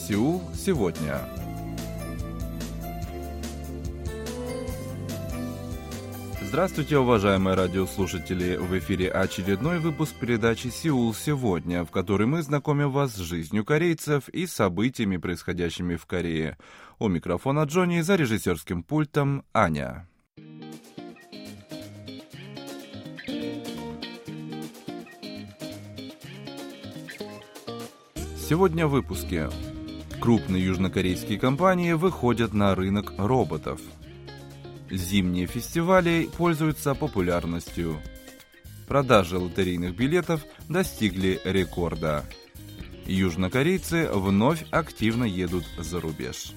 Сеул сегодня. Здравствуйте, уважаемые радиослушатели! В эфире очередной выпуск передачи «Сеул сегодня», в которой мы знакомим вас с жизнью корейцев и событиями, происходящими в Корее. У микрофона Джонни, за режиссерским пультом Аня. Сегодня в выпуске. Крупные южнокорейские компании выходят на рынок роботов. Зимние фестивали пользуются популярностью. Продажи лотерейных билетов достигли рекорда. Южнокорейцы вновь активно едут за рубеж.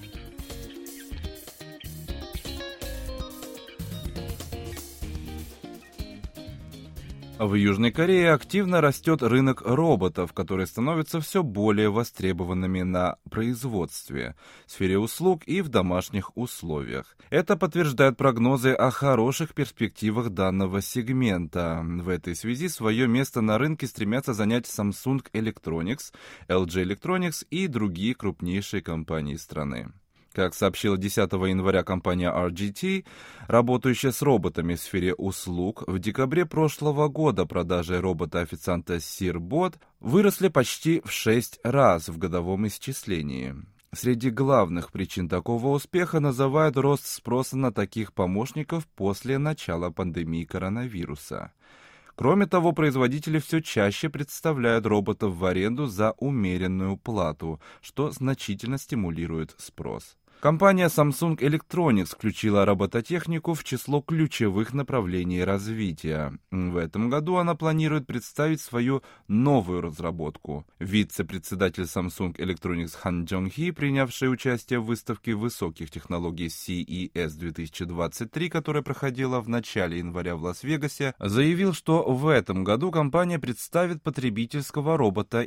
В Южной Корее активно растет рынок роботов, которые становятся все более востребованными на производстве, в сфере услуг и в домашних условиях. Это подтверждают прогнозы о хороших перспективах данного сегмента. В этой связи свое место на рынке стремятся занять Samsung Electronics, LG Electronics и другие крупнейшие компании страны. Как сообщила 10 января компания RGT, работающая с роботами в сфере услуг, в декабре прошлого года продажи робота-официанта SirBot выросли почти в 6 раз в годовом исчислении. Среди главных причин такого успеха называют рост спроса на таких помощников после начала пандемии коронавируса. Кроме того, производители все чаще представляют роботов в аренду за умеренную плату, что значительно стимулирует спрос. Компания Samsung Electronics включила робототехнику в число ключевых направлений развития. В этом году она планирует представить свою новую разработку. Вице-председатель Samsung Electronics Хан Джонг-хи, принявший участие в выставке высоких технологий CES 2023, которая проходила в начале января в Лас-Вегасе, заявил, что в этом году компания представит потребительского робота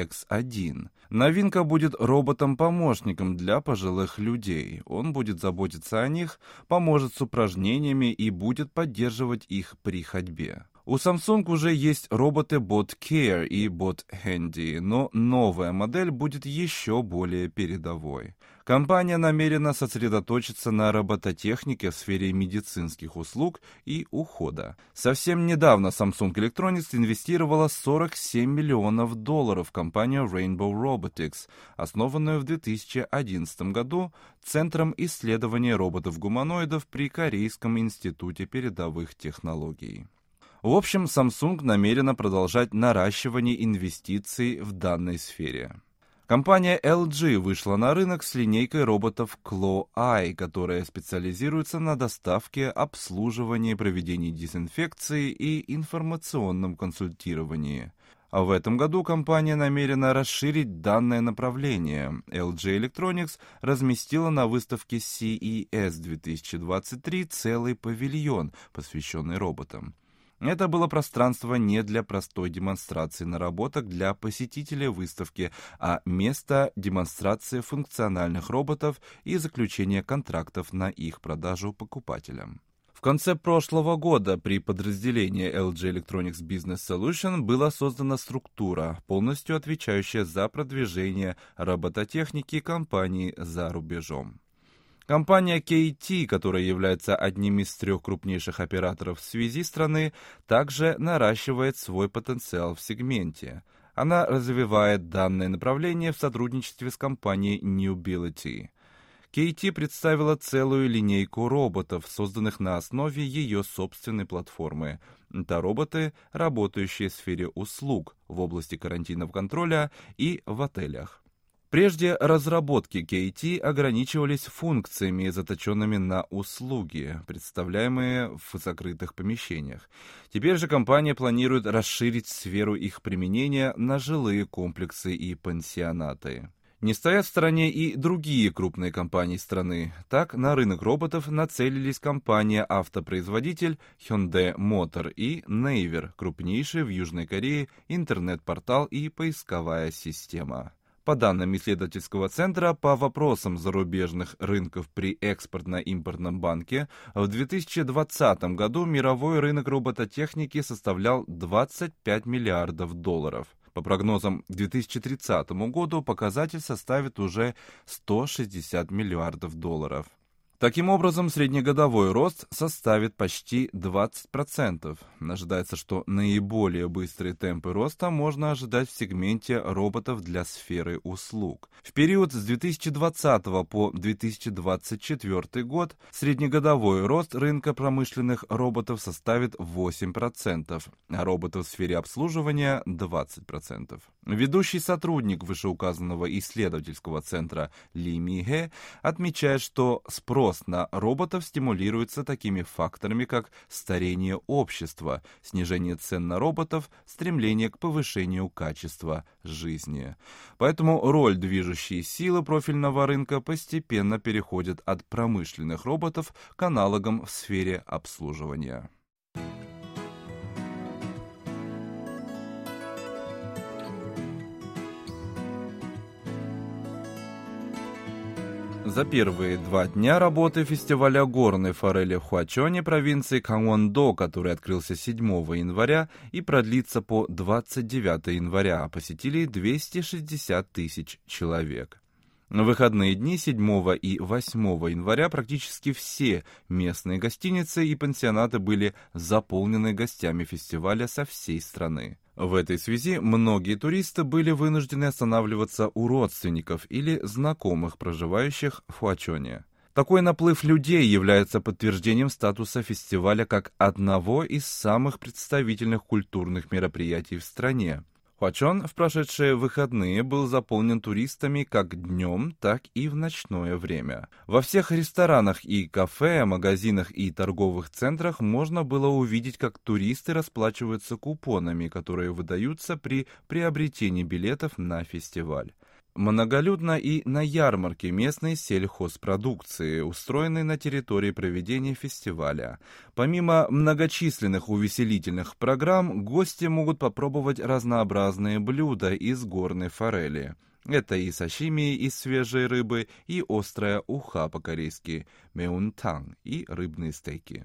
EX1. Новинка будет роботом-помощником для пожилых людей. Он будет заботиться о них, поможет с упражнениями и будет поддерживать их при ходьбе. У Samsung уже есть роботы Bot Care и Bot Handy, но новая модель будет еще более передовой. Компания намерена сосредоточиться на робототехнике в сфере медицинских услуг и ухода. Совсем недавно Samsung Electronics инвестировала $47 миллионов в компанию Rainbow Robotics, основанную в 2011 году Центром исследования роботов-гуманоидов при Корейском институте передовых технологий. В общем, Samsung намерена продолжать наращивание инвестиций в данной сфере. Компания LG вышла на рынок с линейкой роботов Claw Eye, которая специализируется на доставке, обслуживании, проведении дезинфекции и информационном консультировании. А в этом году компания намерена расширить данное направление. LG Electronics разместила на выставке CES 2023 целый павильон, посвященный роботам. Это было пространство не для простой демонстрации наработок для посетителей выставки, а место демонстрации функциональных роботов и заключения контрактов на их продажу покупателям. В конце прошлого года при подразделении LG Electronics Business Solution была создана структура, полностью отвечающая за продвижение робототехники компании за рубежом. Компания KT, которая является одним из 3 крупнейших операторов в связи страны, также наращивает свой потенциал в сегменте. Она развивает данное направление в сотрудничестве с компанией Newbility. KT представила целую линейку роботов, созданных на основе ее собственной платформы. Это роботы, работающие в сфере услуг, в области карантинного контроля и в отелях. Прежде разработки KT ограничивались функциями, заточенными на услуги, представляемые в закрытых помещениях. Теперь же компания планирует расширить сферу их применения на жилые комплексы и пансионаты. Не стоят в стороне и другие крупные компании страны. Так, на рынок роботов нацелились компания-автопроизводитель Hyundai Motor и Naver, крупнейший в Южной Корее интернет-портал и поисковая система. По данным исследовательского центра по вопросам зарубежных рынков при Экспортно-импортном банке, в 2020 году мировой рынок робототехники составлял $25 миллиардов. По прогнозам к 2030 году показатель составит уже 160 миллиардов долларов. Таким образом, среднегодовой рост составит почти 20%. Ожидается, что наиболее быстрые темпы роста можно ожидать в сегменте роботов для сферы услуг. В период с 2020 по 2024 год среднегодовой рост рынка промышленных роботов составит 8%, а роботов в сфере обслуживания – 20%. Ведущий сотрудник вышеуказанного исследовательского центра Ли Миге отмечает, что спрос на роботов стимулируется такими факторами, как старение общества, снижение цен на роботов, стремление к повышению качества жизни. Поэтому роль движущей силы профильного рынка постепенно переходит от промышленных роботов к аналогам в сфере обслуживания. За первые 2 дня работы фестиваля горной форели в Хуачоне провинции Кангвон-до, который открылся 7 января и продлится по 29 января, посетили 260 тысяч человек. На выходные дни 7 и 8 января практически все местные гостиницы и пансионаты были заполнены гостями фестиваля со всей страны. В этой связи многие туристы были вынуждены останавливаться у родственников или знакомых, проживающих в Хуачоне. Такой наплыв людей является подтверждением статуса фестиваля как одного из самых представительных культурных мероприятий в стране. Хуачон в прошедшие выходные был заполнен туристами как днем, так и в ночное время. Во всех ресторанах и кафе, магазинах и торговых центрах можно было увидеть, как туристы расплачиваются купонами, которые выдаются при приобретении билетов на фестиваль. Многолюдно и на ярмарке местной сельхозпродукции, устроенной на территории проведения фестиваля. Помимо многочисленных увеселительных программ, гости могут попробовать разнообразные блюда из горной форели. Это и сашими из свежей рыбы, и острая уха по-корейски, мэунтang, и рыбные стейки.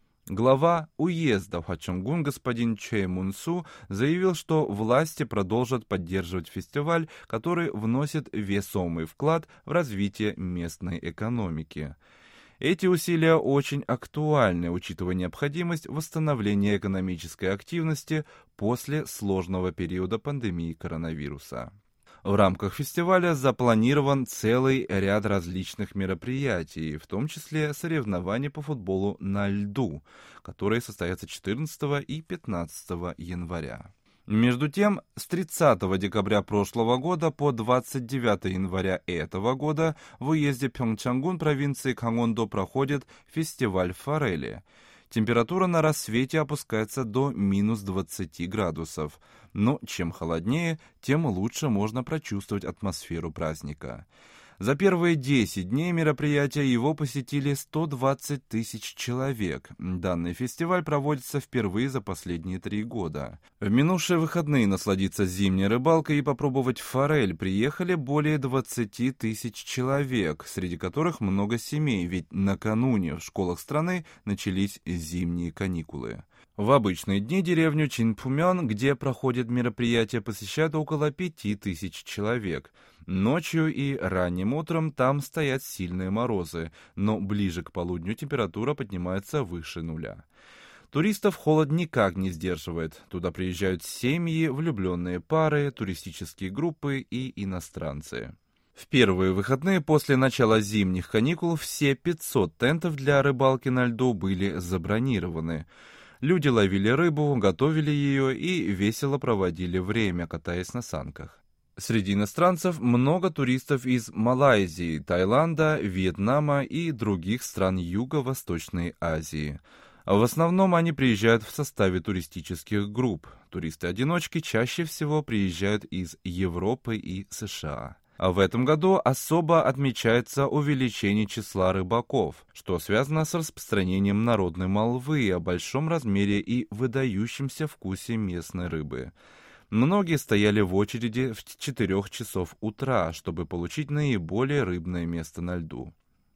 Глава уезда Хвачонгун господин Чэ Мун-су заявил, что власти продолжат поддерживать фестиваль, который вносит весомый вклад в развитие местной экономики. Эти усилия очень актуальны, учитывая необходимость восстановления экономической активности после сложного периода пандемии коронавируса. В рамках фестиваля запланирован целый ряд различных мероприятий, в том числе соревнования по футболу на льду, которые состоятся 14 и 15 января. Между тем, с 30 декабря прошлого года по 29 января этого года в уезде Пхёнгчангун провинции Кангвон-до проходит фестиваль форели. Температура на рассвете опускается до минус 20 градусов, но чем холоднее, тем лучше можно прочувствовать атмосферу праздника. За первые 10 дней мероприятия его посетили 120 тысяч человек. Данный фестиваль проводится впервые за последние 3 года. В минувшие выходные насладиться зимней рыбалкой и попробовать форель приехали более 20 тысяч человек, среди которых много семей, ведь накануне в школах страны начались зимние каникулы. В обычные дни деревню Чинпумён, где проходит мероприятие, посещают около 5000 человек. Ночью и ранним утром там стоят сильные морозы, но ближе к полудню температура поднимается выше нуля. Туристов холод никак не сдерживает. Туда приезжают семьи, влюбленные пары, туристические группы и иностранцы. В первые выходные после начала зимних каникул все 500 тентов для рыбалки на льду были забронированы. Люди ловили рыбу, готовили ее и весело проводили время, катаясь на санках. Среди иностранцев много туристов из Малайзии, Таиланда, Вьетнама и других стран Юго-Восточной Азии. В основном они приезжают в составе туристических групп. Туристы-одиночки чаще всего приезжают из Европы и США. А в этом году особо отмечается увеличение числа рыбаков, что связано с распространением народной молвы о большом размере и выдающемся вкусе местной рыбы. Многие стояли в очереди в 4 часов утра, чтобы получить наиболее рыбное место на льду.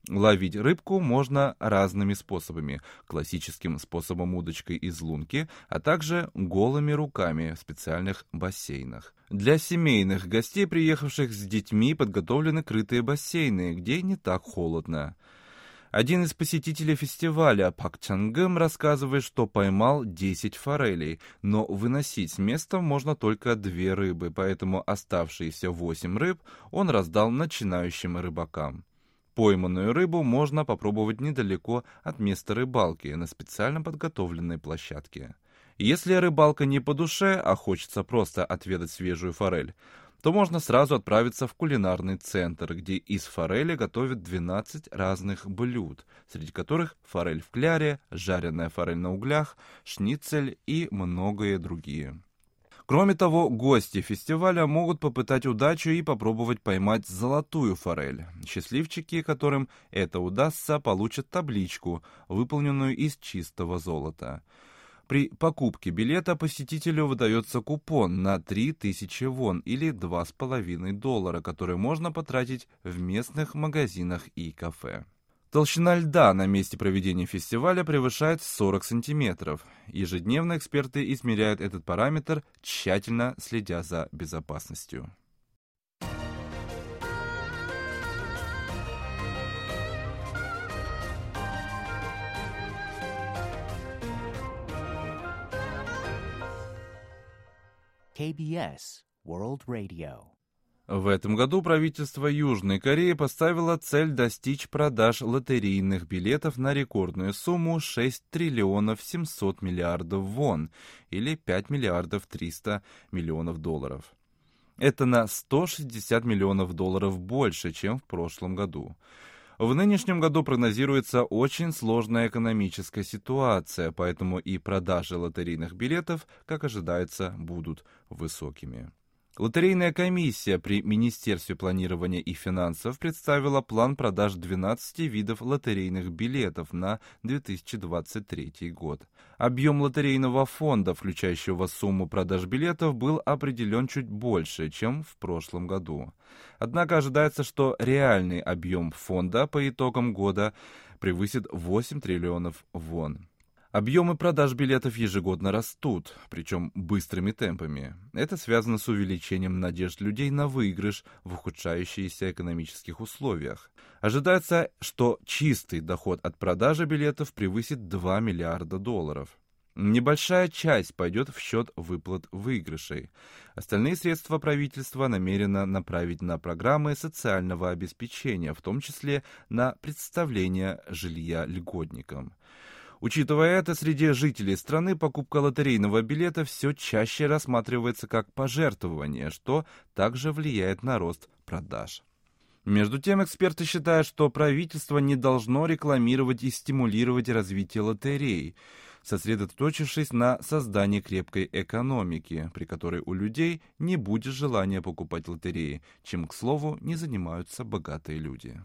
Ловить рыбку можно разными способами. Классическим способом удочкой из лунки, а также голыми руками в специальных бассейнах. Для семейных гостей, приехавших с детьми, подготовлены крытые бассейны, где не так холодно. Один из посетителей фестиваля, Пак Чангым, рассказывает, что поймал 10 форелей, но выносить с места можно только 2 рыбы, поэтому оставшиеся 8 рыб он раздал начинающим рыбакам. Пойманную рыбу можно попробовать недалеко от места рыбалки, на специально подготовленной площадке. Если рыбалка не по душе, а хочется просто отведать свежую форель, то можно сразу отправиться в кулинарный центр, где из форели готовят 12 разных блюд, среди которых форель в кляре, жареная форель на углях, шницель и многие другие. Кроме того, гости фестиваля могут попытать удачу и попробовать поймать золотую форель. Счастливчики, которым это удастся, получат табличку, выполненную из чистого золота. При покупке билета посетителю выдается купон на 3000 вон или $2,5, которые можно потратить в местных магазинах и кафе. Толщина льда на месте проведения фестиваля превышает 40 сантиметров. Ежедневно эксперты измеряют этот параметр, тщательно следя за безопасностью. KBS World Radio. В этом году правительство Южной Кореи поставило цель достичь продаж лотерейных билетов на рекордную сумму 6 триллионов 700 миллиардов вон, или 5 миллиардов 300 миллионов долларов. Это на 160 миллионов долларов больше, чем в прошлом году. В нынешнем году прогнозируется очень сложная экономическая ситуация, поэтому и продажи лотерейных билетов, как ожидается, будут высокими. Лотерейная комиссия при Министерстве планирования и финансов представила план продаж 12 видов лотерейных билетов на 2023 год. Объем лотерейного фонда, включающего сумму продаж билетов, был определен чуть больше, чем в прошлом году. Однако ожидается, что реальный объем фонда по итогам года превысит 8 триллионов вон. Объемы продаж билетов ежегодно растут, причем быстрыми темпами. Это связано с увеличением надежд людей на выигрыш в ухудшающихся экономических условиях. Ожидается, что чистый доход от продажи билетов превысит 2 миллиарда долларов. Небольшая часть пойдет в счет выплат выигрышей. Остальные средства правительства намерено направить на программы социального обеспечения, в том числе на предоставление жилья льготникам. Учитывая это, среди жителей страны покупка лотерейного билета все чаще рассматривается как пожертвование, что также влияет на рост продаж. Между тем, эксперты считают, что правительство не должно рекламировать и стимулировать развитие лотерей, сосредоточившись на создании крепкой экономики, при которой у людей не будет желания покупать лотереи, чем, к слову, не занимаются богатые люди.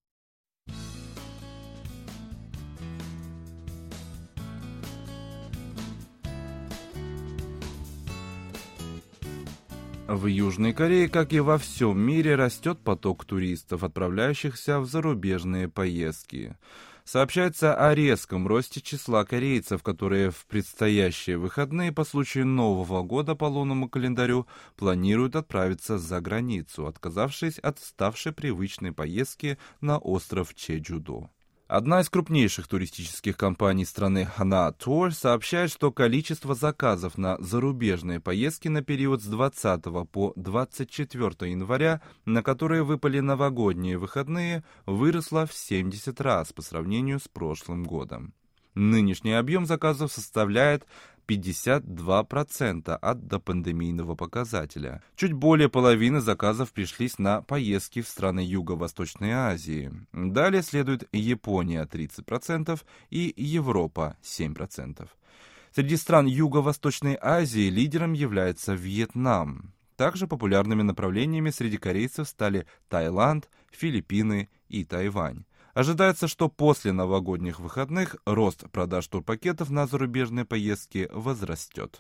В Южной Корее, как и во всем мире, растет поток туристов, отправляющихся в зарубежные поездки. Сообщается о резком росте числа корейцев, которые в предстоящие выходные по случаю Нового года по лунному календарю планируют отправиться за границу, отказавшись от ставшей привычной поездки на остров Чеджудо. Одна из крупнейших туристических компаний страны Hana Tour сообщает, что количество заказов на зарубежные поездки на период с 20 по 24 января, на которые выпали новогодние выходные, выросло в 70 раз по сравнению с прошлым годом. Нынешний объем заказов составляет 52% от допандемийного показателя. Чуть более половины заказов пришлись на поездки в страны Юго-Восточной Азии. Далее следует Япония 30% и Европа 7%. Среди стран Юго-Восточной Азии лидером является Вьетнам. Также популярными направлениями среди корейцев стали Таиланд, Филиппины и Тайвань. Ожидается, что после новогодних выходных рост продаж турпакетов на зарубежные поездки возрастет.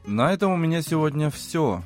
На этом у меня сегодня все.